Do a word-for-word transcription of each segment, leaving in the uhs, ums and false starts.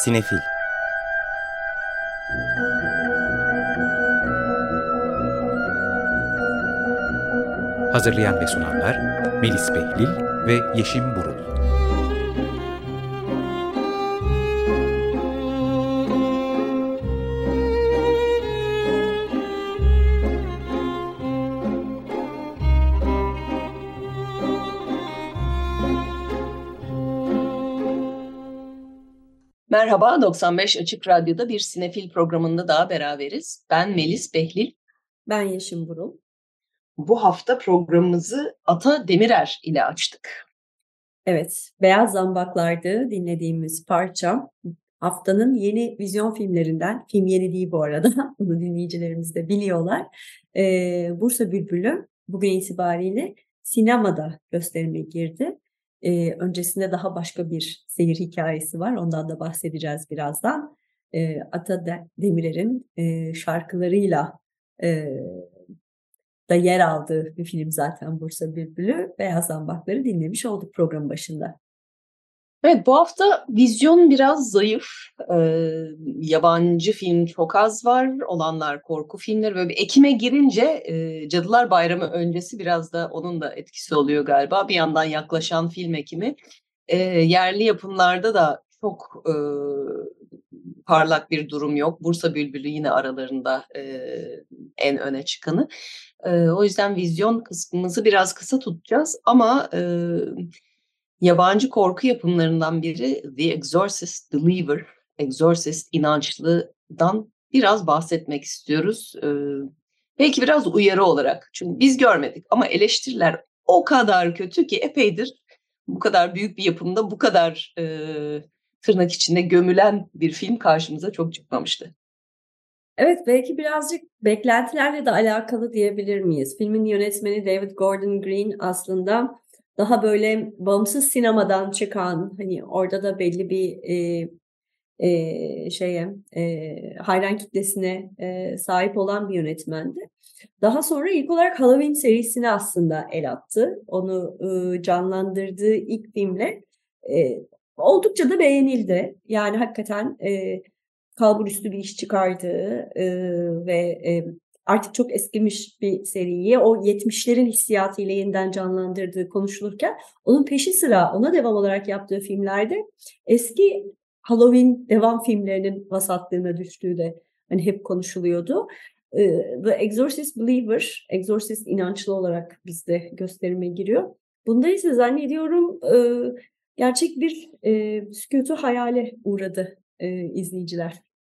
Sinefil. Hazırlayan ve sunanlar Melis Behlil ve Yeşim Burul. Merhaba, doksan beş Açık Radyo'da bir Sinefil programında daha beraberiz. Ben Melis Behlil. Ben Yeşim Burul. Bu hafta programımızı Ata Demirer ile açtık. Evet, Beyaz Zambaklar'dı dinlediğimiz parça. Haftanın yeni vizyon filmlerinden, film yeni değil bu arada, bunu dinleyicilerimiz de biliyorlar. Ee, Bursa Bülbülü bugün itibariyle sinemada gösterime girdi. Ee, öncesinde daha başka bir seyir hikayesi var, ondan da bahsedeceğiz birazdan. Ee, Ata Demirer'in e, şarkılarıyla e, da yer aldığı bir film zaten Bursa Bülbülü. Beyaz Zambakları dinlemiş olduk programın başında. Evet, bu hafta vizyon biraz zayıf. Ee, yabancı film çok az var. Olanlar korku filmleri. Böyle bir Ekim'e girince e, Cadılar Bayramı öncesi biraz da onun da etkisi oluyor galiba. Bir yandan yaklaşan film Ekim'i. E, yerli yapımlarda da çok e, parlak bir durum yok. Bursa Bülbülü yine aralarında e, en öne çıkanı. E, o yüzden vizyon kısmımızı biraz kısa tutacağız. Ama e, yabancı korku yapımlarından biri The Exorcist Believer, Exorcist inançlıdan biraz bahsetmek istiyoruz. E, belki biraz uyarı olarak. Çünkü biz görmedik ama eleştiriler o kadar kötü ki epeydir bu kadar büyük bir yapımda bu kadar e, tırnak içinde gömülen bir film karşımıza çok çıkmamıştı. Evet, belki birazcık beklentilerle de alakalı diyebilir miyiz? Filmin yönetmeni David Gordon Green aslında daha böyle bağımsız sinemadan çıkan, hani orada da belli bir e, e, şeye e, hayran kitlesine e, sahip olan bir yönetmendi. Daha sonra ilk olarak Halloween serisini aslında el attı. Onu e, canlandırdığı ilk filmle e, oldukça da beğenildi. Yani hakikaten e, kalburüstü bir iş çıkardığı e, ve e, artık çok eskimiş bir seriyi o yetmişlerin hissiyatıyla yeniden canlandırdığı konuşulurken onun peşi sıra ona devam olarak yaptığı filmlerde eski Halloween devam filmlerinin vasatlığına düştüğü de hani hep konuşuluyordu. The Exorcist Believer, Exorcist inançlı olarak bizde gösterime giriyor. Bunda ise zannediyorum e, gerçek bir e, sükutu hayale uğradı e, izleyiciler.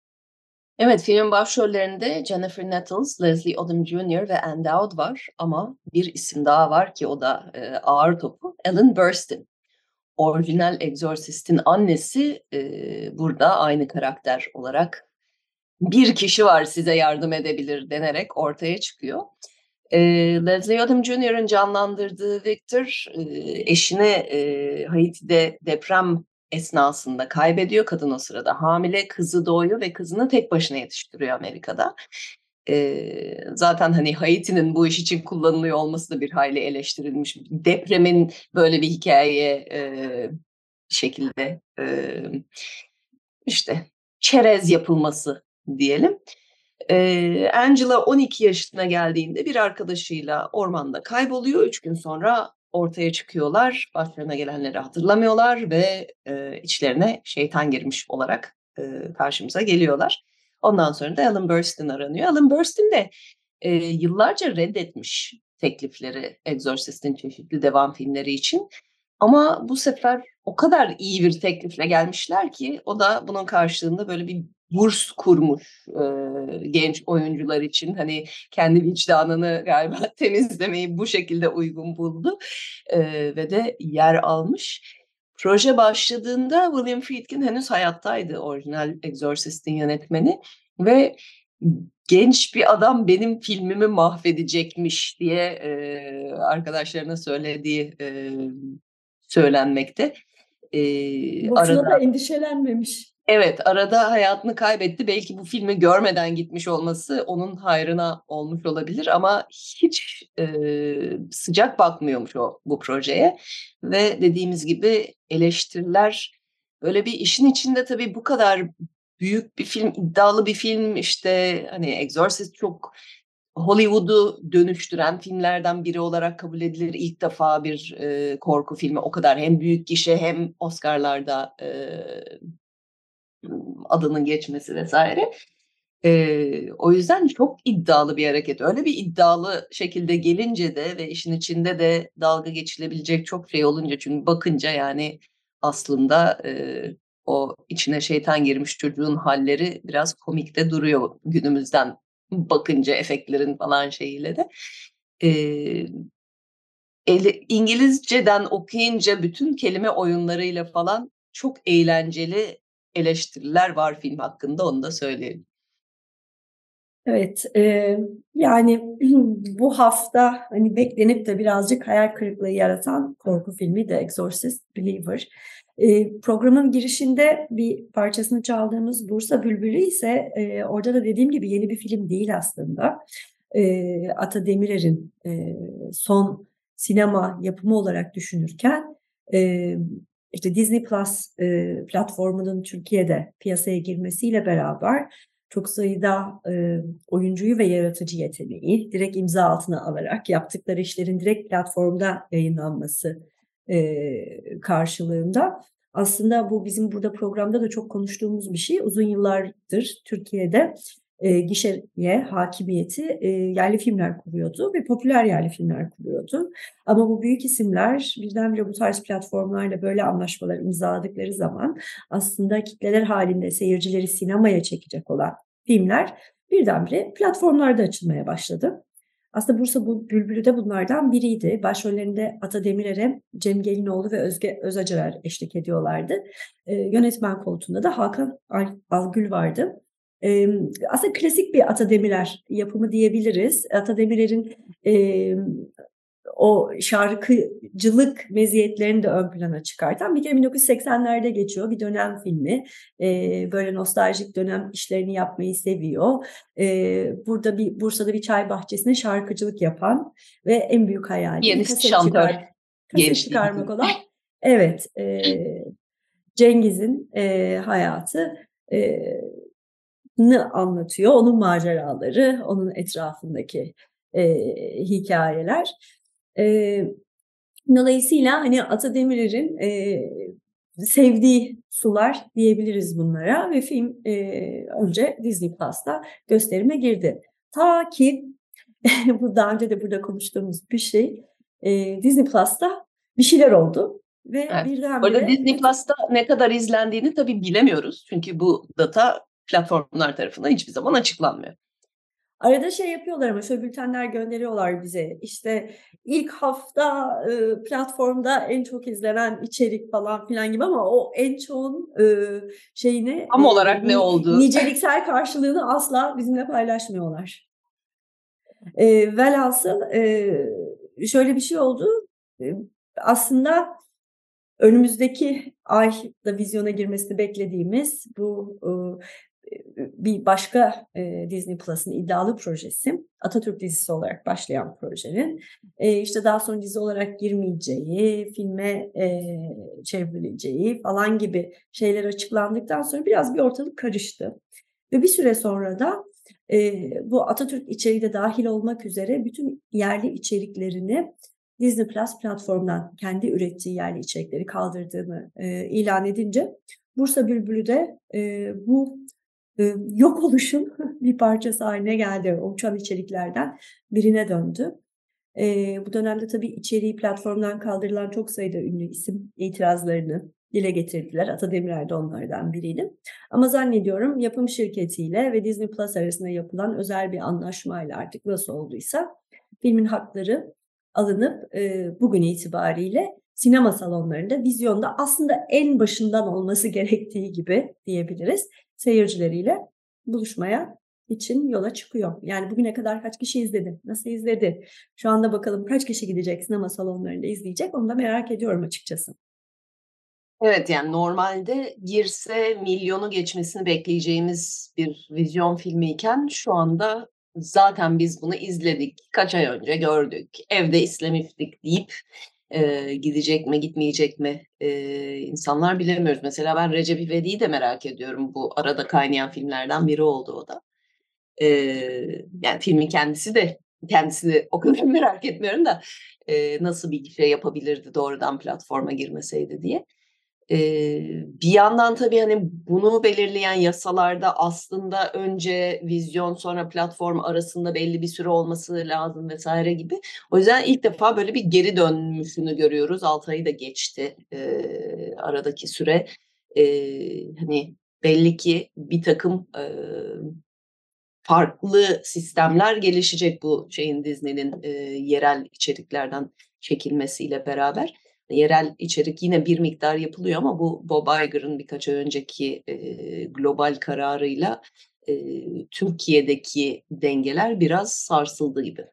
Evet, filmin başrollerinde Jennifer Nettles, Leslie Odom Junior ve Ann Dowd var ama bir isim daha var ki o da e, ağır topu, Ellen Burstyn. Orijinal Exorcist'in annesi e, burada aynı karakter olarak bir kişi var size yardım edebilir denerek ortaya çıkıyor. E, Leslie Odom Junior'ın canlandırdığı Victor e, eşini e, Haiti'de deprem esnasında kaybediyor. Kadın o sırada hamile, kızı doğuyor ve kızını tek başına yetiştiriyor Amerika'da. Ee, zaten hani Haiti'nin bu iş için kullanılıyor olması da bir hayli eleştirilmiş. Depremin böyle bir hikayeye e, şekilde e, işte çerez yapılması diyelim. Ee, Angela on iki yaşına geldiğinde bir arkadaşıyla ormanda kayboluyor. Üç gün sonra ortaya çıkıyorlar. Başlarına gelenleri hatırlamıyorlar ve e, içlerine şeytan girmiş olarak e, karşımıza geliyorlar. Ondan sonra da Ellen Burstyn aranıyor. Ellen Burstyn de e, yıllarca reddetmiş teklifleri Exorcist'in çeşitli devam filmleri için. Ama bu sefer o kadar iyi bir teklifle gelmişler ki o da bunun karşılığında böyle bir burs kurmuş e, genç oyuncular için. Hani kendi vicdanını galiba temizlemeyi bu şekilde uygun buldu e, ve de yer almış. Proje başladığında William Friedkin henüz hayattaydı, orijinal Exorcist'in yönetmeni ve genç bir adam benim filmimi mahvedecekmiş diye e, arkadaşlarına söylediği e, söylenmekte. Ee, Boşuna arada, da endişelenmemiş. Evet, arada hayatını kaybetti. Belki bu filmi görmeden gitmiş olması onun hayrına olmuş olabilir ama hiç e, sıcak bakmıyormuş o bu projeye. Ve dediğimiz gibi eleştiriler böyle bir işin içinde tabii bu kadar büyük bir film, iddialı bir film, işte hani Exorcist çok Hollywood'u dönüştüren filmlerden biri olarak kabul edilir. İlk defa bir e, korku filmi o kadar hem büyük gişe hem Oscar'larda e, adının geçmesi vesaire. E, o yüzden çok iddialı bir hareket. Öyle bir iddialı şekilde gelince de ve işin içinde de dalga geçilebilecek çok şey olunca, çünkü bakınca yani aslında e, o içine şeytan girmiş çocuğun halleri biraz komikte duruyor günümüzden bakınca, efektlerin falan şeyiyle de. E, ele- İngilizceden okuyunca bütün kelime oyunlarıyla falan çok eğlenceli eleştiriler var film hakkında, onu da söyleyeyim. Evet, e, yani bu hafta hani beklenip de birazcık hayal kırıklığı yaratan korku filmi The Exorcist Believer. E, programın girişinde bir parçasını çaldığımız Bursa Bülbülü ise e, orada da dediğim gibi yeni bir film değil aslında. E, Ata Demirer'in e, son sinema yapımı olarak düşünürken e, işte Disney Plus e, platformunun Türkiye'de piyasaya girmesiyle beraber çok sayıda e, oyuncuyu ve yaratıcı yeteneği direkt imza altına alarak yaptıkları işlerin direkt platformda yayınlanması e, karşılığında aslında bu bizim burada programda da çok konuştuğumuz bir şey. Uzun yıllardır Türkiye'de e, gişeye hakimiyeti e, yerli filmler kuruyordu ve popüler yerli filmler kuruyordu. Ama bu büyük isimler birdenbire bu tarz platformlarla böyle anlaşmalar imzaladıkları zaman aslında kitleler halinde seyircileri sinemaya çekecek olan filmler birdenbire platformlarda açılmaya başladı. Aslında Bursa Bülbülü de bunlardan biriydi. Başrollerinde Ata Demirer'e Cem Gelinoğlu ve Özge Özacar eşlik ediyorlardı. Ee, yönetmen koltuğunda da Hakan Algül vardı. Ee, aslında klasik bir Ata Demirer yapımı diyebiliriz. Ata Demirer'in e, o şarkıcılık meziyetlerini de ön plana çıkartan bir kere bin dokuz yüz seksenlerde geçiyor bir dönem filmi. Ee, böyle nostaljik dönem işlerini yapmayı seviyor. Ee, burada bir Bursa'da bir çay bahçesinde şarkıcılık yapan ve en büyük hayali Piyanist, kaset şantör, çıkar, kaset gençliği. çıkarmak olan evet e, Cengiz'in e, hayatı e, anlatıyor. Onun maceraları, onun etrafındaki e, hikayeler. E, dolayısıyla hani Ata Demirer'in e, sevdiği sular diyebiliriz bunlara ve film e, önce Disney Plus'ta gösterime girdi. Ta ki bu daha önce de burada konuştuğumuz bir şey e, Disney Plus'ta bir şeyler oldu ve Evet. birdenbire Orada Disney Plus'ta ne kadar izlendiğini tabii bilemiyoruz. Çünkü bu data platformlar tarafından hiçbir zaman açıklanmıyor. Arada şey yapıyorlar ama şöyle bültenler gönderiyorlar bize. İşte ilk hafta e, platformda en çok izlenen içerik falan filan gibi ama o en çoğun e, şeyini Tam e, olarak ne olduğu. niceliksel karşılığını asla bizimle paylaşmıyorlar. E, velhasıl e, şöyle bir şey oldu. E, aslında önümüzdeki ayda vizyona girmesini beklediğimiz bu e, bir başka e, Disney Plus'ın iddialı projesi, Atatürk dizisi olarak başlayan projenin e, işte daha sonra dizi olarak girmeyeceği, filme e, çevrileceği falan gibi şeyler açıklandıktan sonra biraz bir ortalık karıştı. Ve bir süre sonra da e, bu Atatürk içeriği de dahil olmak üzere bütün yerli içeriklerini Disney Plus platformdan kendi ürettiği yerli içerikleri kaldırdığını e, ilan edince Bursa Bülbülü de e, bu e, yok oluşun bir parçası haline geldi. O uçan içeriklerden birine döndü. E, bu dönemde tabii içeriği platformdan kaldırılan çok sayıda ünlü isim itirazlarını dile getirdiler. Ata Demirer de onlardan biriydi. Ama zannediyorum yapım şirketiyle ve Disney Plus arasında yapılan özel bir anlaşmayla artık nasıl olduysa filmin hakları alınıp e, bugün itibariyle sinema salonlarında, vizyonda aslında en başından olması gerektiği gibi diyebiliriz, seyircileriyle buluşmaya için yola çıkıyor. Yani bugüne kadar kaç kişi izledi, nasıl izledi, şu anda bakalım kaç kişi gidecek sinema salonlarında izleyecek, onu da merak ediyorum açıkçası. Evet, yani normalde girse milyonu geçmesini bekleyeceğimiz bir vizyon filmiyken şu anda zaten biz bunu izledik, kaç ay önce gördük, evde izlemiştik deyip e, gidecek mi gitmeyecek mi e, insanlar bilemiyoruz. Mesela ben Recep İvedik'i de merak ediyorum. Bu arada kaynayan filmlerden biri oldu o da. E, Yani filmin kendisi de kendisini o kadar merak etmiyorum da e, nasıl bir şey yapabilirdi doğrudan platforma girmeseydi diye. Eee, bir yandan tabii, hani, bunu belirleyen yasalarda aslında önce vizyon sonra platform arasında belli bir süre olması lazım vesaire gibi. O yüzden ilk defa böyle bir geri dönmüşünü görüyoruz. altı ayı da geçti, eee, aradaki süre. Eee, hani, belli ki birtakım, eee, farklı sistemler gelişecek bu şeyin, Disney'nin, eee, yerel içeriklerden çekilmesiyle beraber. Yerel içerik yine bir miktar yapılıyor ama bu Bob Iger'ın birkaç ay önceki, eee, global kararıyla, eee, Türkiye'deki dengeler biraz sarsıldı gibi.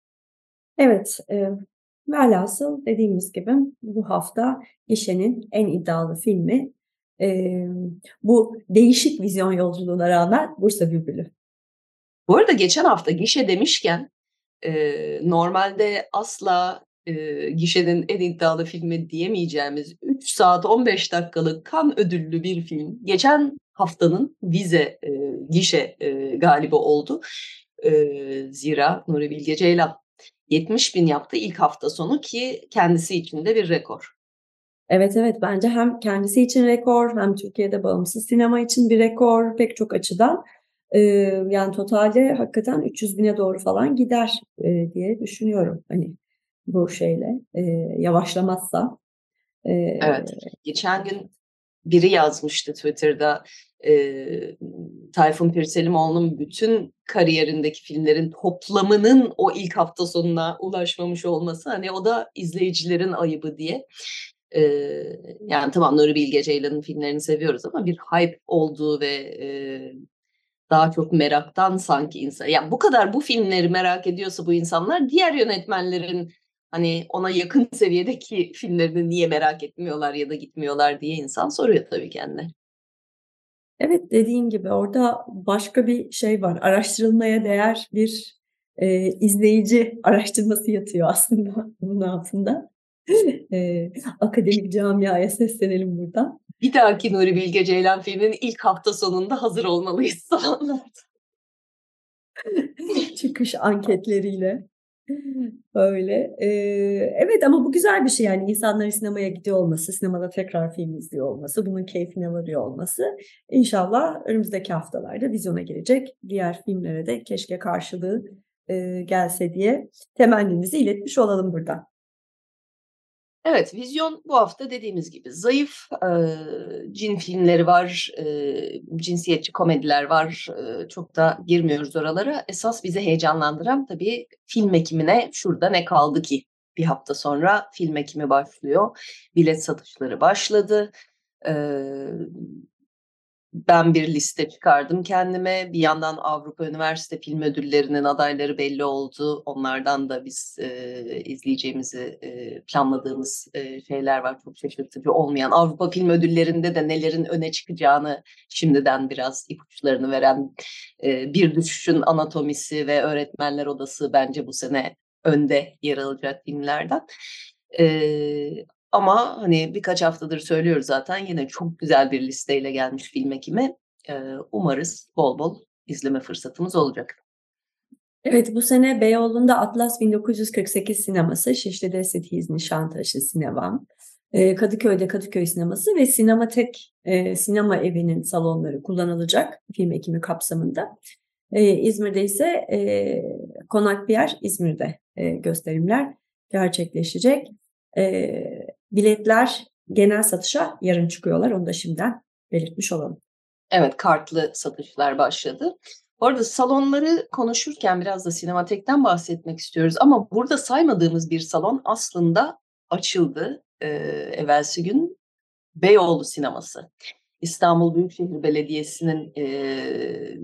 Evet, eee, velhasıl dediğimiz gibi bu hafta gişenin en iddialı filmi, emm, bu değişik vizyon yolculuğuna rağmen Bursa Bülbülü. Bu arada geçen hafta gişe demişken, eee, normalde asla, eee, gişenin en iddialı filmi diyemeyeceğimiz üç saat on beş dakikalık Cannes ödüllü bir film geçen haftanın vize, eee, gişe, eee, galibi oldu. Eee, zira Nuri Bilge Ceylan yetmiş bin yaptı ilk hafta sonu ki kendisi için de bir rekor. Evet, evet, bence hem kendisi için rekor hem Türkiye'de bağımsız sinema için bir rekor pek çok açıdan. Eee, yani totalde hakikaten üç yüz bine doğru falan gider, eee, diye düşünüyorum. Hani bu şeyle, eee, yavaşlamazsa. Eee Evet, geçen gün biri yazmıştı Twitter'da, eee, Tayfun Pirselimoğlu'nun bütün kariyerindeki filmlerin toplamının o ilk hafta sonuna ulaşmamış olması, hani o da izleyicilerin ayıbı diye. Eee, yani tamam, Nuri Bilge Ceylan'ın filmlerini seviyoruz ama bir hype olduğu ve eee, daha çok meraktan sanki insan. Ya bu kadar bu filmleri merak ediyorsa bu insanlar diğer yönetmenlerin hani ona yakın seviyedeki filmlerini niye merak etmiyorlar ya da gitmiyorlar diye insan soruyor tabii kendine. Evet, dediğin gibi orada başka bir şey var. Araştırılmaya değer bir, eee, izleyici araştırması yatıyor aslında bunun altında. Eee, akademik camiaya seslenelim buradan. Bir dahaki Nuri Bilge Ceylan filminin ilk hafta sonunda hazır olmalıyız salonlarda. Çıkış anketleriyle. Öyle. Eee, evet ama bu güzel bir şey yani insanların sinemaya gidiyor olması, sinemada tekrar film izliyor olması, bunun keyfine varıyor olması. İnşallah önümüzdeki haftalarda vizyona girecek diğer filmlere de keşke karşılığı, eee, gelse diye temennimizi iletmiş olalım buradan. Evet, vizyon bu hafta dediğimiz gibi zayıf. Eee, cin filmleri var, eee, cinsiyetçi komediler var. Eee, çok da girmiyoruz oralara. Esas bizi heyecanlandıran tabii film ekimine şurada ne kaldı ki? Bir hafta sonra film ekimi başlıyor. Bilet satışları başladı. Eee Ben bir liste çıkardım kendime. Bir yandan Avrupa Üniversite Film Ödülleri'nin adayları belli oldu. Onlardan da biz e, izleyeceğimizi e, planladığımız e, şeyler var. Çok şaşırtıcı olmayan. Avrupa Film Ödülleri'nde de nelerin öne çıkacağını şimdiden biraz ipuçlarını veren e, Bir Düşüşün Anatomisi ve Öğretmenler Odası bence bu sene önde yer alacak filmlerden. E, Ama hani birkaç haftadır söylüyoruz zaten yine çok güzel bir listeyle gelmiş film ekimi. Eee, umarız bol bol izleme fırsatımız olacak. Evet, bu sene Beyoğlu'nda Atlas bin dokuz yüz kırk sekiz sineması, Şişli'de Cities Nişantaşı Sinevam, eee, Kadıköy'de Kadıköy Sineması ve Sinematek eee, sinema evinin salonları kullanılacak film ekimi kapsamında. Eee, İzmir'de ise eee Konak Pier İzmir'de eee, gösterimler gerçekleşecek. Eee, biletler genel satışa yarın çıkıyorlar. Onu da şimdiden belirtmiş olalım. Evet, kartlı satışlar başladı. Bu arada salonları konuşurken biraz da Sinematek'ten bahsetmek istiyoruz ama burada saymadığımız bir salon aslında açıldı eee evvelsi gün. Beyoğlu Sineması. İstanbul Büyükşehir Belediyesi'nin eee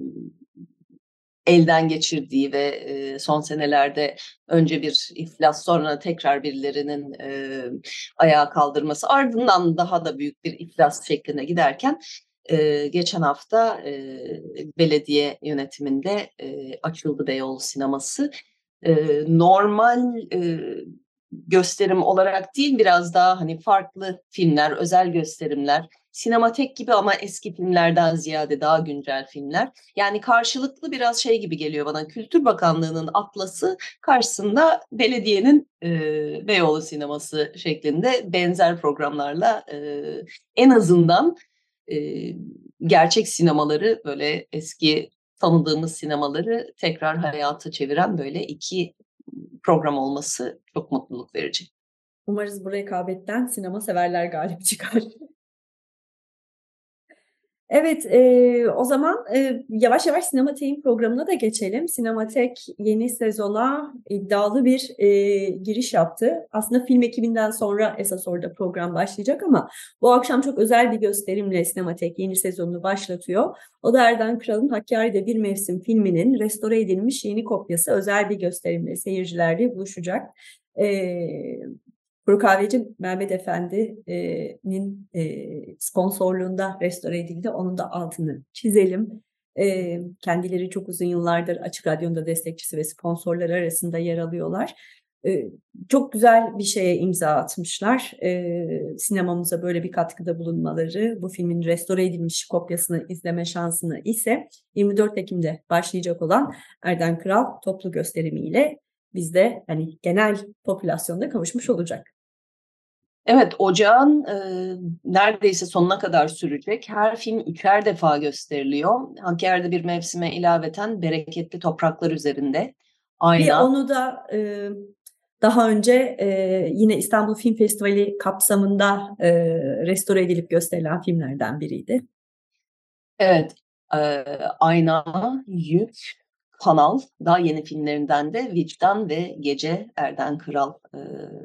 elden geçirdiği ve eee, son senelerde önce bir iflas sonra tekrar birilerinin eee, ayağa kaldırması ardından daha da büyük bir iflas şekline giderken eee, geçen hafta eee, belediye yönetiminde eee, açıldı Beyoğlu Sineması. Eee, normal eee, gösterim olarak değil, biraz daha hani farklı filmler, özel gösterimler, sinematek gibi ama eski filmlerden ziyade daha güncel filmler. Yani karşılıklı biraz şey gibi geliyor bana, Kültür Bakanlığı'nın atlası karşısında belediyenin e, Beyoğlu sineması şeklinde benzer programlarla e, en azından e, gerçek sinemaları, böyle eski tanıdığımız sinemaları tekrar hayata çeviren böyle iki program olması çok mutluluk verici. Umarız bu rekabetten sinema severler galip çıkar. Evet, eee, o zaman eee, yavaş yavaş Sinematek'in programına da geçelim. Sinematek yeni sezona iddialı bir eee, giriş yaptı. Aslında film ekibinden sonra esas orada program başlayacak ama bu akşam çok özel bir gösterimle Sinematek yeni sezonunu başlatıyor. O da Erden Kral'ın Hakkari'de Bir Mevsim filminin restore edilmiş yeni kopyası, özel bir gösterimle seyircilerle buluşacak. Eee Kuru Kahveci Mehmet Efendi'nin e, sponsorluğunda restore edildi. Onun da altını çizelim. E, kendileri çok uzun yıllardır Açık Radyo'nun da destekçisi ve sponsorları arasında yer alıyorlar. E, çok güzel bir şeye imza atmışlar. E, sinemamıza böyle bir katkıda bulunmaları, bu filmin restore edilmiş kopyasını izleme şansını ise yirmi dört Ekim'de başlayacak olan Erden Kral toplu gösterimiyle bizde hani genel popülasyonda kavuşmuş olacak. Evet, ocağın e, neredeyse sonuna kadar sürecek. Her film üçer defa gösteriliyor. Hakkari'de Bir Mevsime ilaveten Bereketli Topraklar Üzerinde, Ayna. Bir onu da e, daha önce e, yine İstanbul Film Festivali kapsamında e, restore edilip gösterilen filmlerden biriydi. Evet, e, Ayna, Yük, Kanal, daha yeni filmlerinden de Vicdan ve Gece, Erden Kral e,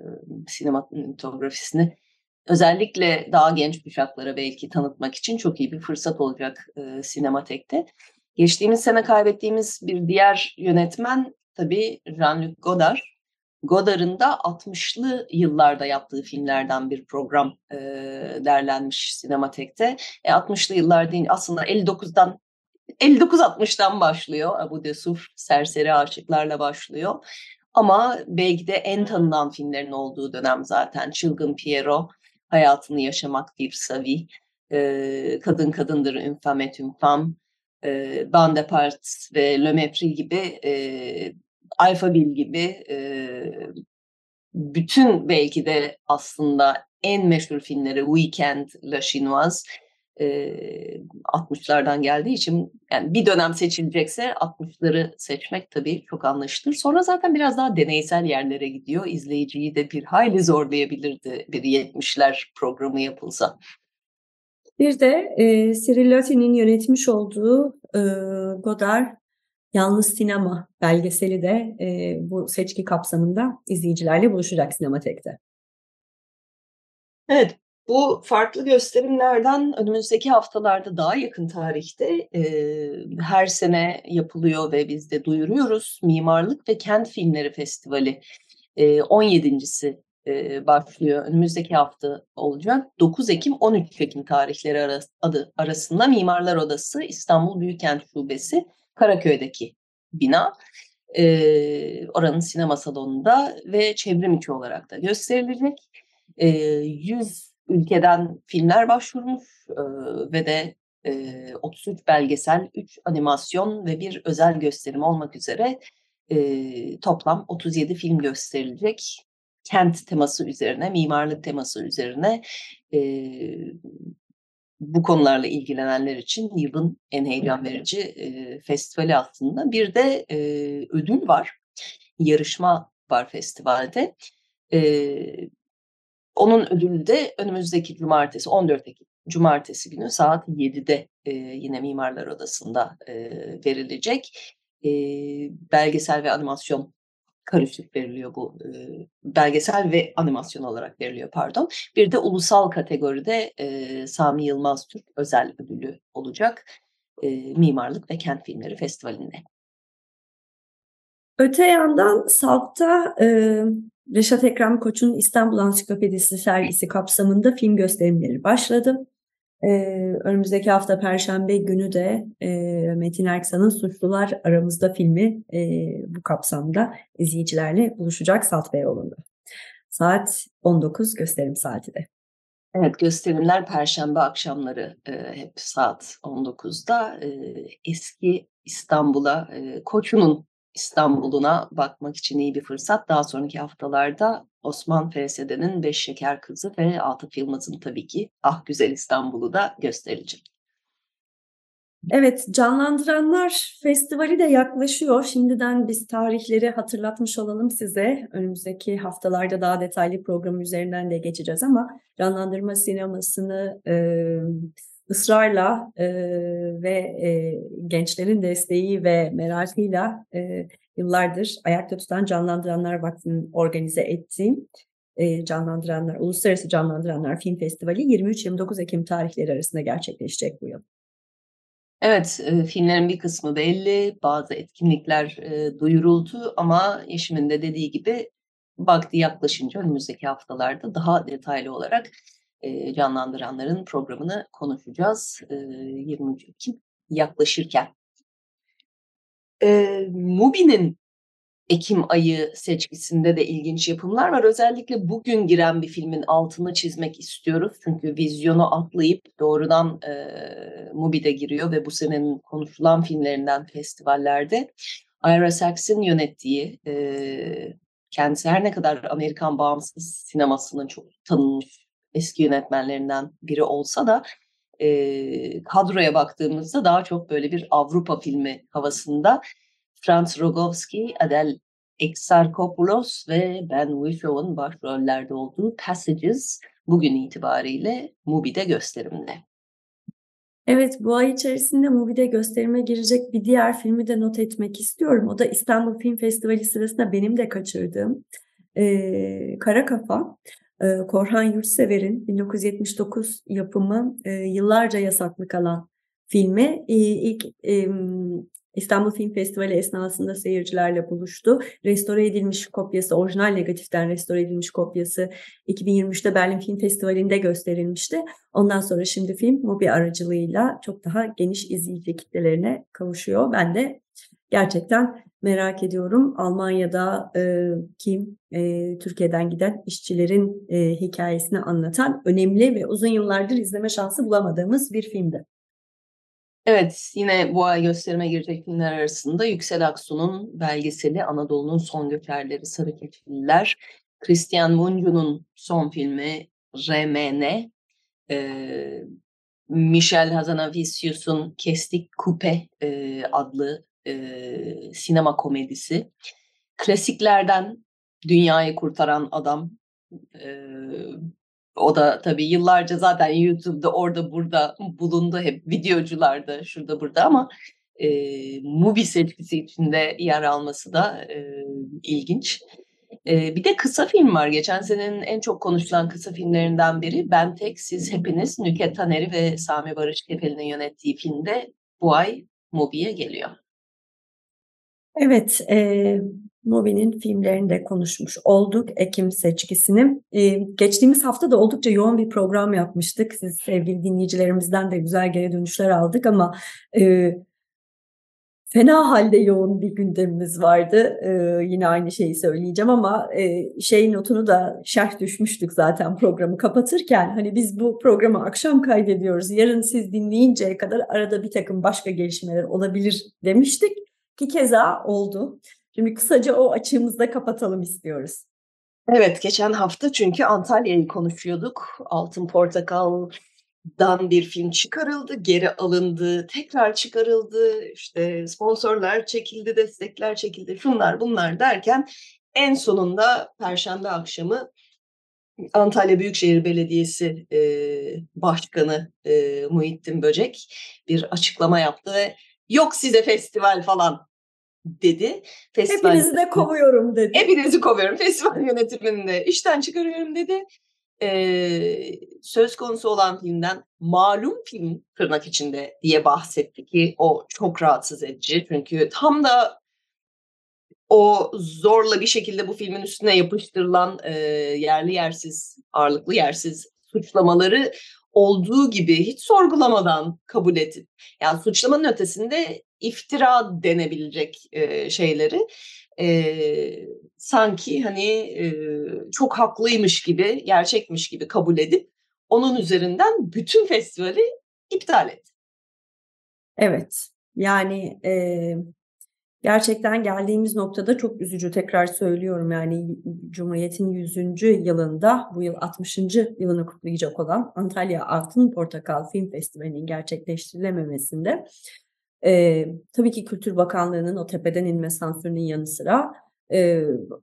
sinematografisini özellikle daha genç kuşaklara belki tanıtmak için çok iyi bir fırsat olacak e, Sinematek'te. Geçtiğimiz sene kaybettiğimiz bir diğer yönetmen tabii Jean-Luc Godard. Godard'ın da altmışlı yıllarda yaptığı filmlerden bir program e, derlenmiş Sinematek'te. E, altmışlı yıllar değil, aslında elli dokuzdan elli dokuz altmıştan başlıyor. Abu Desuf, Serseri Aşıklarla başlıyor. Ama belki de en tanınan filmlerin olduğu dönem zaten Çılgın Pierrot, Hayatını Yaşamak Bir Savi, e, Kadın Kadındır, Une Femme est une Femme, e, Bonaparte ve Le Mépris gibi, e, Alphaville gibi e, bütün belki de aslında en meşhur filmleri, Weekend, La Chinoise, e, altmışlardan geldiği için yani bir dönem seçilecekse altmışları seçmek tabii çok anlaşılır. Sonra zaten biraz daha deneysel yerlere gidiyor. İzleyiciyi de bir hayli zorlayabilirdi bir yetmişler programı yapılsa. Bir de e, Cyril Loti'nin yönetmiş olduğu e, Godard Yalnız Sinema belgeseli de e, bu seçki kapsamında izleyicilerle buluşacak Sinematek'te. Evet, bu farklı gösterimlerden önümüzdeki haftalarda daha yakın tarihte e, her sene yapılıyor ve biz de duyuruyoruz. Mimarlık ve Kent Filmleri Festivali e, on yedincisi e, başlıyor. Önümüzdeki hafta olacak. dokuz Ekim on üç Ekim tarihleri arası, adı arasında Mimarlar Odası İstanbul Büyükkent Şubesi Karaköy'deki bina. E, oranın sinema salonunda ve çevrim içi olarak da gösterilecek. E, yüz ülkeden filmler başvurmuş e, ve de e, otuz üç belgesel, üç animasyon ve bir özel gösterim olmak üzere e, toplam otuz yedi film gösterilecek. Kent teması üzerine, mimarlık teması üzerine, e, bu konularla ilgilenenler için yılın en heyecan verici e, festivali aslında. Bir de e, ödül var, yarışma var festivalde. E, Onun ödülü de önümüzdeki cumartesi, on dört Ekim cumartesi günü saat yedide e, yine Mimarlar Odası'nda e, verilecek. E, belgesel ve animasyon karışık veriliyor bu. E, belgesel ve animasyon olarak veriliyor pardon. Bir de ulusal kategoride e, Sami Yılmaz Türk özel ödülü olacak e, Mimarlık ve Kent Filmleri Festivali'nde. Öte yandan Salt'ta e, Reşat Ekrem Koç'un İstanbul Ansiklopedisi sergisi kapsamında film gösterimleri başladı. E, önümüzdeki hafta Perşembe günü de e, Metin Erksan'ın Suçlular Aramızda filmi e, bu kapsamda izleyicilerle buluşacak Salt Beyoğlu'nda. Saat on dokuz gösterim saati de. Evet, gösterimler Perşembe akşamları e, hep saat on dokuzda e, eski İstanbul'a, e, Koçu'nun İstanbul'una bakmak için iyi bir fırsat. Daha sonraki haftalarda Osman F S D'nin Beş Şeker Kızı ve Atıf Yılmaz'ın tabii ki Ah Güzel İstanbul'u da gösterilecek. Evet, Canlandıranlar Festivali de yaklaşıyor. Şimdiden biz tarihleri hatırlatmış olalım size. Önümüzdeki haftalarda daha detaylı program üzerinden de geçeceğiz ama canlandırma sinemasını e, ısrarla e, ve e, gençlerin desteği ve merakıyla e, yıllardır ayakta tutan Canlandıranlar Vakfı'nın organize ettiği e, Canlandıranlar, Uluslararası Canlandıranlar Film Festivali yirmi üç yirmi dokuz Ekim tarihleri arasında gerçekleşecek bu yıl. Evet, e, filmlerin bir kısmı belli, bazı etkinlikler e, duyuruldu ama Yeşim'in de dediği gibi vakti yaklaşınca önümüzdeki haftalarda daha detaylı olarak e, canlandıranların programını konuşacağız e, yirmi üç Ekim yaklaşırken. E, Mubi'nin Ekim ayı seçkisinde de ilginç yapımlar var. Özellikle bugün giren bir filmin altını çizmek istiyoruz. Çünkü vizyonu atlayıp doğrudan e, Mubi'de giriyor ve bu senenin konuşulan filmlerinden festivallerde Ira Sachs'in yönettiği, e, kendisi her ne kadar Amerikan bağımsız sinemasının çok tanınmış eski yönetmenlerinden biri olsa da e, kadroya baktığımızda daha çok böyle bir Avrupa filmi havasında. Franz Rogowski, Adele Exarchopoulos ve Ben Whisow'un başrollerde olduğu Passages bugün itibariyle Mubi'de gösterimde. Evet, bu ay içerisinde Mubi'de gösterime girecek bir diğer filmi de not etmek istiyorum. O da İstanbul Film Festivali sırasında benim de kaçırdığım e, Kara Kafa. E, Korhan Yurtsever'in bin dokuz yüz yetmiş dokuz yapımı e, yıllarca yasaklı kalan filmi e, ilk e, İstanbul Film Festivali esnasında seyircilerle buluştu. Restore edilmiş kopyası, orijinal negatiften restore edilmiş kopyası iki bin yirmi üçte Berlin Film Festivali'nde gösterilmişti. Ondan sonra şimdi film Mubi aracılığıyla çok daha geniş izleyici kitlelerine kavuşuyor. Ben de gerçekten merak ediyorum. Almanya'da e, kim e, Türkiye'den giden işçilerin e, hikayesini anlatan önemli ve uzun yıllardır izleme şansı bulamadığımız bir filmdi. Evet, yine bu ay gösterime girecek filmler arasında Yüksel Aksu'nun belgeseli Anadolu'nun Son Göçerleri Sarı Keçililer, Christian Mungiu'nun son filmi R M N, e, Michel Hazanavicius'un Kestik Kupe e, adlı e, sinema komedisi. Klasiklerden Dünyayı Kurtaran Adam. E, o da tabii yıllarca zaten YouTube'da orada burada bulundu. Hep videocularda şurada burada ama e, Mubi seçkisi içinde yer alması da e, ilginç. Ee, bir de kısa film var. Geçen senenin en çok konuşulan kısa filmlerinden biri. Ben Tek, Siz Hepiniz, Nükhet Taneri ve Sami Barış Kefeli'nin yönettiği filmde bu ay Mubi'ye geliyor. Evet, e, Mubi'nin filmlerini de konuşmuş olduk. Ekim seçkisini. E, geçtiğimiz hafta da oldukça yoğun bir program yapmıştık. Siz sevgili dinleyicilerimizden de güzel geri dönüşler aldık ama e, fena halde yoğun bir gündemimiz vardı. Ee, yine aynı şeyi söyleyeceğim ama e, şey notunu da şerh düşmüştük zaten programı kapatırken. Hani biz bu programı akşam kaydediyoruz. Yarın siz dinleyinceye kadar arada bir takım başka gelişmeler olabilir demiştik ki keza oldu. Şimdi kısaca o açığımızda kapatalım istiyoruz. Evet, geçen hafta çünkü Antalya'yı konuşuyorduk. Altın Portakal Dan bir film çıkarıldı, geri alındı, tekrar çıkarıldı, işte sponsorlar çekildi, destekler çekildi, şunlar bunlar derken en sonunda Perşembe akşamı Antalya Büyükşehir Belediyesi e, Başkanı e, Muhittin Böcek bir açıklama yaptı ve yok size festival falan dedi. Festival Hepinizi de kovuyorum dedi. Hepinizi kovuyorum. Festival yönetimini de işten çıkarıyorum dedi. Ee, söz konusu olan filmden malum film tırnak içinde diye bahsetti ki o çok rahatsız edici. Çünkü tam da o zorla bir şekilde bu filmin üstüne yapıştırılan e, yerli yersiz, ağırlıklı yersiz suçlamaları olduğu gibi hiç sorgulamadan kabul edip, yani suçlamanın ötesinde iftira denebilecek e, şeyleri e, sanki hani e, çok haklıymış gibi, gerçekmiş gibi kabul edip onun üzerinden bütün festivali iptal etti. Evet, yani e, gerçekten geldiğimiz noktada çok üzücü. Tekrar söylüyorum, yani Cumhuriyet'in yüzüncü yılında, bu yıl altmışıncı yılını kutlayacak olan Antalya Altın Portakal Film Festivali'nin gerçekleştirilememesinde e, tabii ki Kültür Bakanlığı'nın o tepeden inme sansürünün yanı sıra e,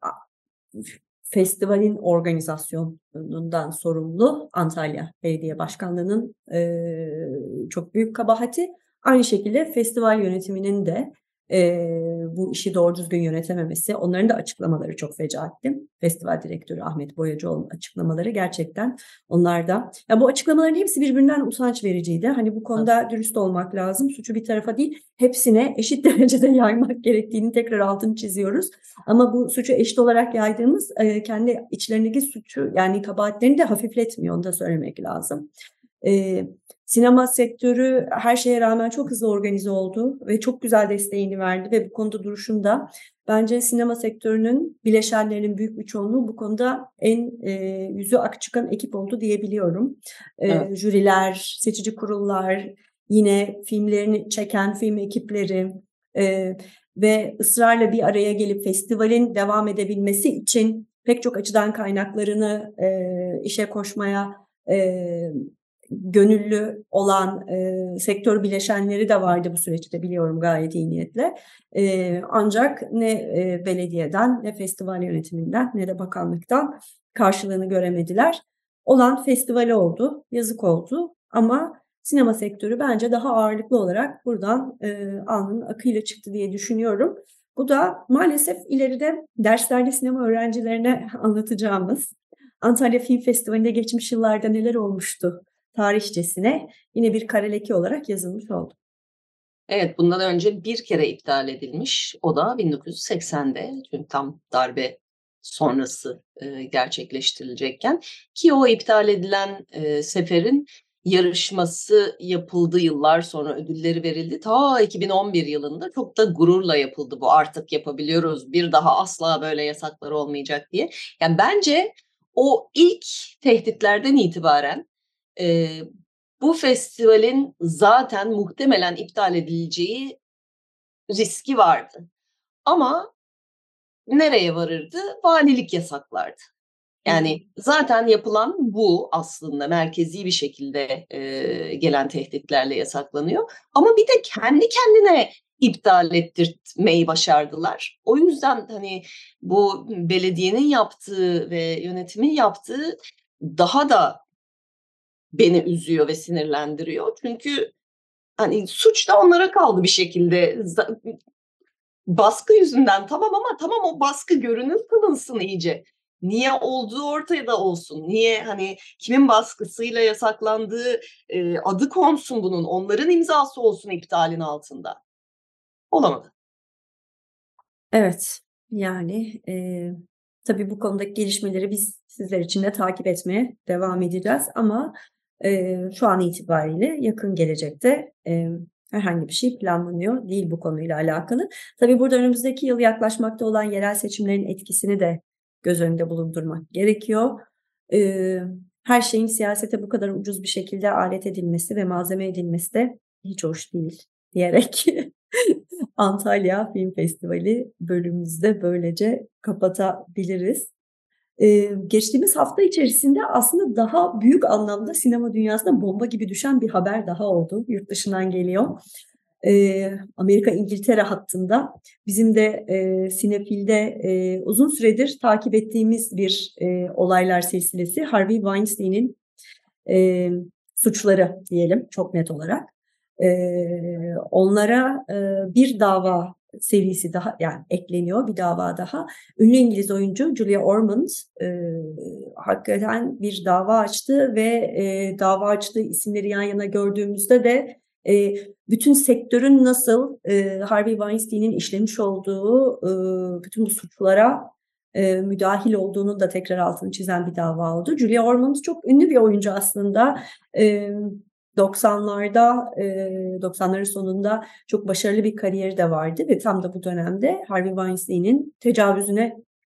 festivalin organizasyonundan sorumlu Antalya Belediye Başkanlığı'nın e, çok büyük kabahati. Aynı şekilde festival yönetiminin de e, bu işi doğru düzgün yönetememesi, onların da açıklamaları çok fecaatti. Festival direktörü Ahmet Boyacıoğlu'nun açıklamaları gerçekten, onlar da. Ya bu açıklamaların hepsi birbirinden utanç vericiydi. Hani bu konuda dürüst olmak lazım. Suçu bir tarafa değil, hepsine eşit derecede yaymak gerektiğini tekrar altını çiziyoruz. Ama bu suçu eşit olarak yaydığımız e, kendi içlerindeki suçu, yani kabahatlerini de hafifletmiyor, onu da söylemek lazım. E, sinema sektörü her şeye rağmen çok hızlı organize oldu ve çok güzel desteğini verdi ve bu konuda duruşunda bence sinema sektörünün bileşenlerinin büyük bir çoğunluğu bu konuda en e, yüzü ak çıkan ekip oldu diyebiliyorum. E, Evet. Jüriler, seçici kurullar, yine filmlerini çeken film ekipleri e, ve ısrarla bir araya gelip festivalin devam edebilmesi için pek çok açıdan kaynaklarını e, işe koşmaya e, gönüllü olan e, sektör bileşenleri de vardı bu süreçte, biliyorum, gayet iyi niyetle. E, ancak ne e, belediyeden, ne festival yönetiminden, ne de bakanlıktan karşılığını göremediler. Olan festivali oldu, yazık oldu ama sinema sektörü bence daha ağırlıklı olarak buradan e, alnının akıyla çıktı diye düşünüyorum. Bu da maalesef ileride derslerde sinema öğrencilerine anlatacağımız Antalya Film Festivali'nde geçmiş yıllarda neler olmuştu tarihçesine yine bir kara leke olarak yazılmış oldu. Evet, bundan önce bir kere iptal edilmiş. O da bin dokuz yüz seksende, çünkü tam darbe sonrası e, gerçekleştirilecekken, ki o iptal edilen e, seferin yarışması yapıldı yıllar sonra, ödülleri verildi. Ta iki bin on bir yılında çok da gururla yapıldı bu, artık yapabiliyoruz, bir daha asla böyle yasaklar olmayacak diye. Yani bence o ilk tehditlerden itibaren e, bu festivalin zaten muhtemelen iptal edileceği riski vardı. Ama nereye varırdı? Valilik yasaklardı. Yani zaten yapılan bu, aslında merkezi bir şekilde e, gelen tehditlerle yasaklanıyor. Ama bir de kendi kendine iptal ettirmeyi başardılar. O yüzden hani bu belediyenin yaptığı ve yönetimin yaptığı daha da beni üzüyor ve sinirlendiriyor. Çünkü hani suç da onlara kaldı bir şekilde. Baskı yüzünden tamam, ama tamam, o baskı görünür kılınsın iyice. Niye olduğu ortada olsun. Niye hani kimin baskısıyla yasaklandığı e, adı konsun bunun. Onların imzası olsun iptalin altında. Olamadı. Evet, yani e, tabii bu konudaki gelişmeleri biz sizler için de takip etmeye devam edeceğiz ama e, şu an itibariyle yakın gelecekte e, herhangi bir şey planlanıyor değil bu konuyla alakalı. Tabii burada önümüzdeki yıl yaklaşmakta olan yerel seçimlerin etkisini de göz önünde bulundurmak gerekiyor. E, her şeyin siyasete bu kadar ucuz bir şekilde alet edilmesi ve malzeme edilmesi de hiç hoş değil diyerek Antalya Film Festivali bölümümüzde böylece kapatabiliriz. Ee, geçtiğimiz hafta içerisinde aslında daha büyük anlamda sinema dünyasına bomba gibi düşen bir haber daha oldu. Yurt dışından geliyor. Ee, Amerika-İngiltere hattında bizim de e, Sinefil'de e, uzun süredir takip ettiğimiz bir e, olaylar silsilesi. Harvey Weinstein'in e, suçları diyelim çok net olarak. Ee, onlara e, bir dava serisi daha, yani ekleniyor, bir dava daha. Ünlü İngiliz oyuncu Julia Ormond e, hakikaten bir dava açtı ve e, dava açtığı isimleri yan yana gördüğümüzde de e, bütün sektörün nasıl e, Harvey Weinstein'in işlemiş olduğu e, bütün bu suçlara e, müdahil olduğunu da tekrar altını çizen bir dava oldu. Julia Ormond çok ünlü bir oyuncu aslında. E, doksanlarda, doksanların sonunda çok başarılı bir kariyeri de vardı ve tam da bu dönemde Harvey Weinstein'in tecavüzüne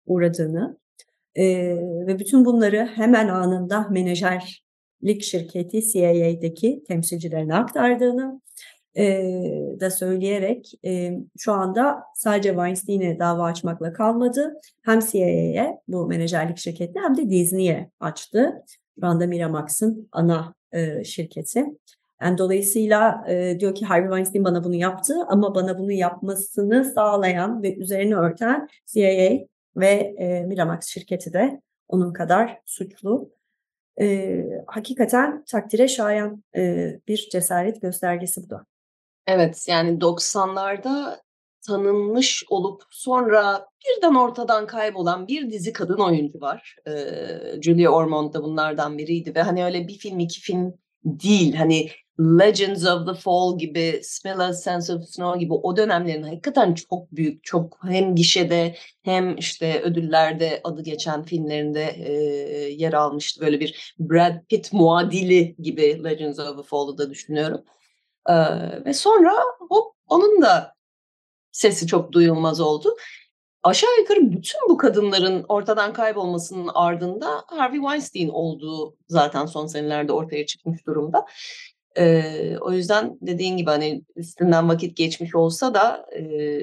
uğradığını e, ve bütün bunları hemen anında menajerlik şirketi C I A'deki temsilcilerine aktardığını e, da söyleyerek e, şu anda sadece Weinstein'e dava açmakla kalmadı. Hem C I A'ye, bu menajerlik şirketine, hem de Disney'e açtı. Şu anda Miramax'ın ana e, şirketi. Yani dolayısıyla e, diyor ki Harvey Weinstein bana bunu yaptı ama bana bunu yapmasını sağlayan ve üzerine örten C I A ve e, Miramax şirketi de onun kadar suçlu. E, hakikaten takdire şayan e, bir cesaret göstergesi bu da. Evet, yani doksanlarda tanınmış olup sonra birden ortadan kaybolan bir dizi kadın oyuncu var. Ee, Julia Ormond da bunlardan biriydi ve hani öyle bir film iki film değil, hani Legends of the Fall gibi, Smell a Sense of Snow gibi o dönemlerin hakikaten çok büyük, çok hem gişede hem işte ödüllerde adı geçen filmlerinde e, yer almıştı. Böyle bir Brad Pitt muadili gibi Legends of the Fall'u da düşünüyorum. Ee, ve sonra hop onun da sesi çok duyulmaz oldu. Aşağı yukarı bütün bu kadınların ortadan kaybolmasının ardında Harvey Weinstein olduğu zaten son senelerde ortaya çıkmış durumda. Ee, o yüzden dediğin gibi hani üstünden vakit geçmiş olsa da e,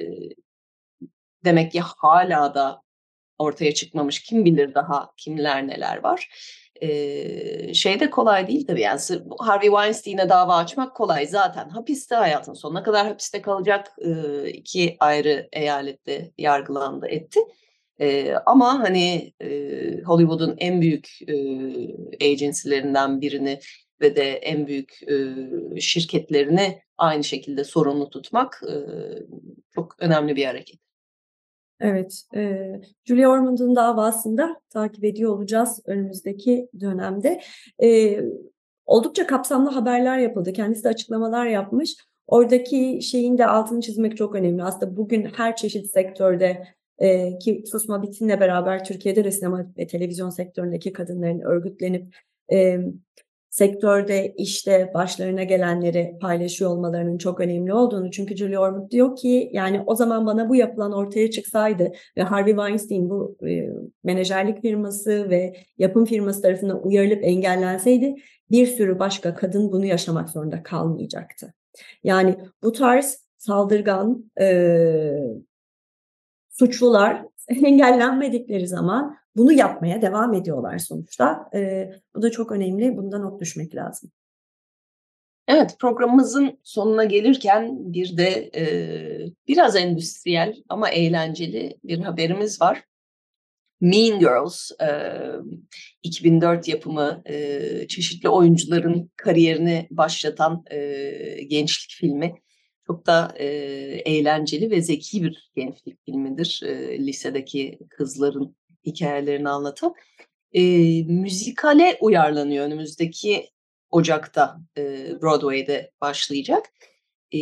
demek ki hala da ortaya çıkmamış, kim bilir daha kimler neler var. Ee, şey de kolay değil tabii, yani Harvey Weinstein'e dava açmak kolay, zaten hapiste, hayatın sonuna kadar hapiste kalacak, ee, iki ayrı eyalette yargılandı etti. Ee, ama hani e, Hollywood'un en büyük e, agencilerinden birini ve de en büyük e, şirketlerini aynı şekilde sorumlu tutmak e, çok önemli bir hareket. Evet, e, Julia Ormond'un davasında takip ediyor olacağız önümüzdeki dönemde. E, oldukça kapsamlı haberler yapıldı. Kendisi de açıklamalar yapmış. Oradaki şeyin de altını çizmek çok önemli. Aslında bugün her çeşit sektörde e, ki Susma Bitin'le beraber Türkiye'de de sinema ve televizyon sektöründeki kadınların örgütlenip e, sektörde işte başlarına gelenleri paylaşıyor olmalarının çok önemli olduğunu. Çünkü Julia Ormond diyor ki yani o zaman bana bu yapılan ortaya çıksaydı ve Harvey Weinstein bu e, menajerlik firması ve yapım firması tarafından uyarılıp engellenseydi bir sürü başka kadın bunu yaşamak zorunda kalmayacaktı. Yani bu tarz saldırgan e, suçlular engellenmedikleri zaman bunu yapmaya devam ediyorlar sonuçta. E, bu da çok önemli. Bundan not düşmek lazım. Evet, programımızın sonuna gelirken bir de e, biraz endüstriyel ama eğlenceli bir haberimiz var. Mean Girls, e, iki bin dört yapımı, e, çeşitli oyuncuların kariyerini başlatan e, gençlik filmi. Çok da e, eğlenceli ve zeki bir gençlik filmidir. E, lisedeki kızların hikayelerini anlatan. E, müzikale uyarlanıyor, önümüzdeki Ocak'ta e, Broadway'de başlayacak. E,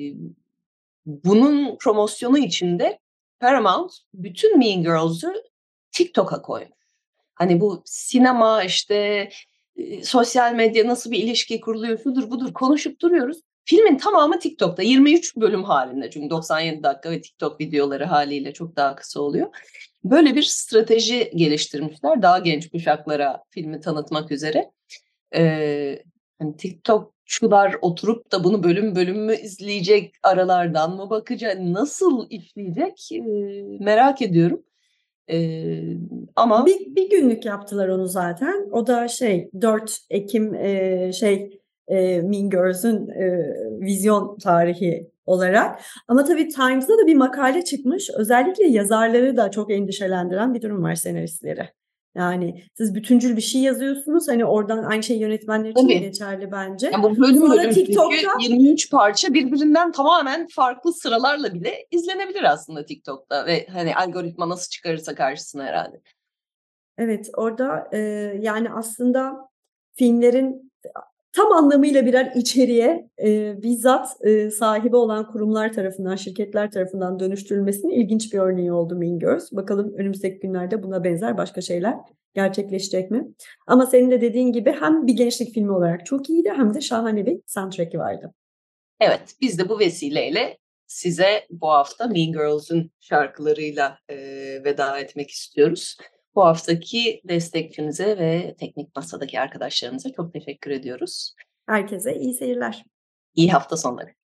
bunun promosyonu için de Paramount bütün Mean Girls'ü TikTok'a koymuş. Hani bu sinema işte e, sosyal medya nasıl bir ilişki kuruluyor, şudur budur konuşup duruyoruz. Filmin tamamı TikTok'ta, yirmi üç bölüm halinde, çünkü doksan yedi dakika ve TikTok videoları haliyle çok daha kısa oluyor. Böyle bir strateji geliştirmişler daha genç kuşaklara filmi tanıtmak üzere. Ee, hani TikTokçular oturup da bunu bölüm bölüm mü izleyecek, aralardan mı bakacak, nasıl işleyecek ee, merak ediyorum. Ee, ama bir, bir günlük yaptılar onu zaten. O da şey dört Ekim e, şey e, Mean Girls'ün e, vizyon tarihi olarak. Ama tabii Times'da da bir makale çıkmış. Özellikle yazarları da çok endişelendiren bir durum var, senaristleri. Yani siz bütüncül bir şey yazıyorsunuz. Hani oradan aynı şey yönetmenler için de tabii geçerli bence. yani bu bölüm Sonra bölüm TikTok'ta çünkü yirmi üç parça birbirinden tamamen farklı sıralarla bile izlenebilir aslında TikTok'ta ve hani algoritma nasıl çıkarırsa karşısına herhalde. evet orada e, yani aslında filmlerin tam anlamıyla birer içeriğe e, bizzat e, sahibi olan kurumlar tarafından, şirketler tarafından dönüştürülmesinin ilginç bir örneği oldu Mean Girls. Bakalım önümüzdeki günlerde buna benzer başka şeyler gerçekleşecek mi? Ama senin de dediğin gibi hem bir gençlik filmi olarak çok iyiydi hem de şahane bir soundtrack'i vardı. Evet, biz de bu vesileyle size bu hafta Mean Girls'ün şarkılarıyla e, veda etmek istiyoruz. Bu haftaki destekçinize ve teknik masadaki arkadaşlarımıza çok teşekkür ediyoruz. Herkese iyi seyirler. İyi hafta sonları.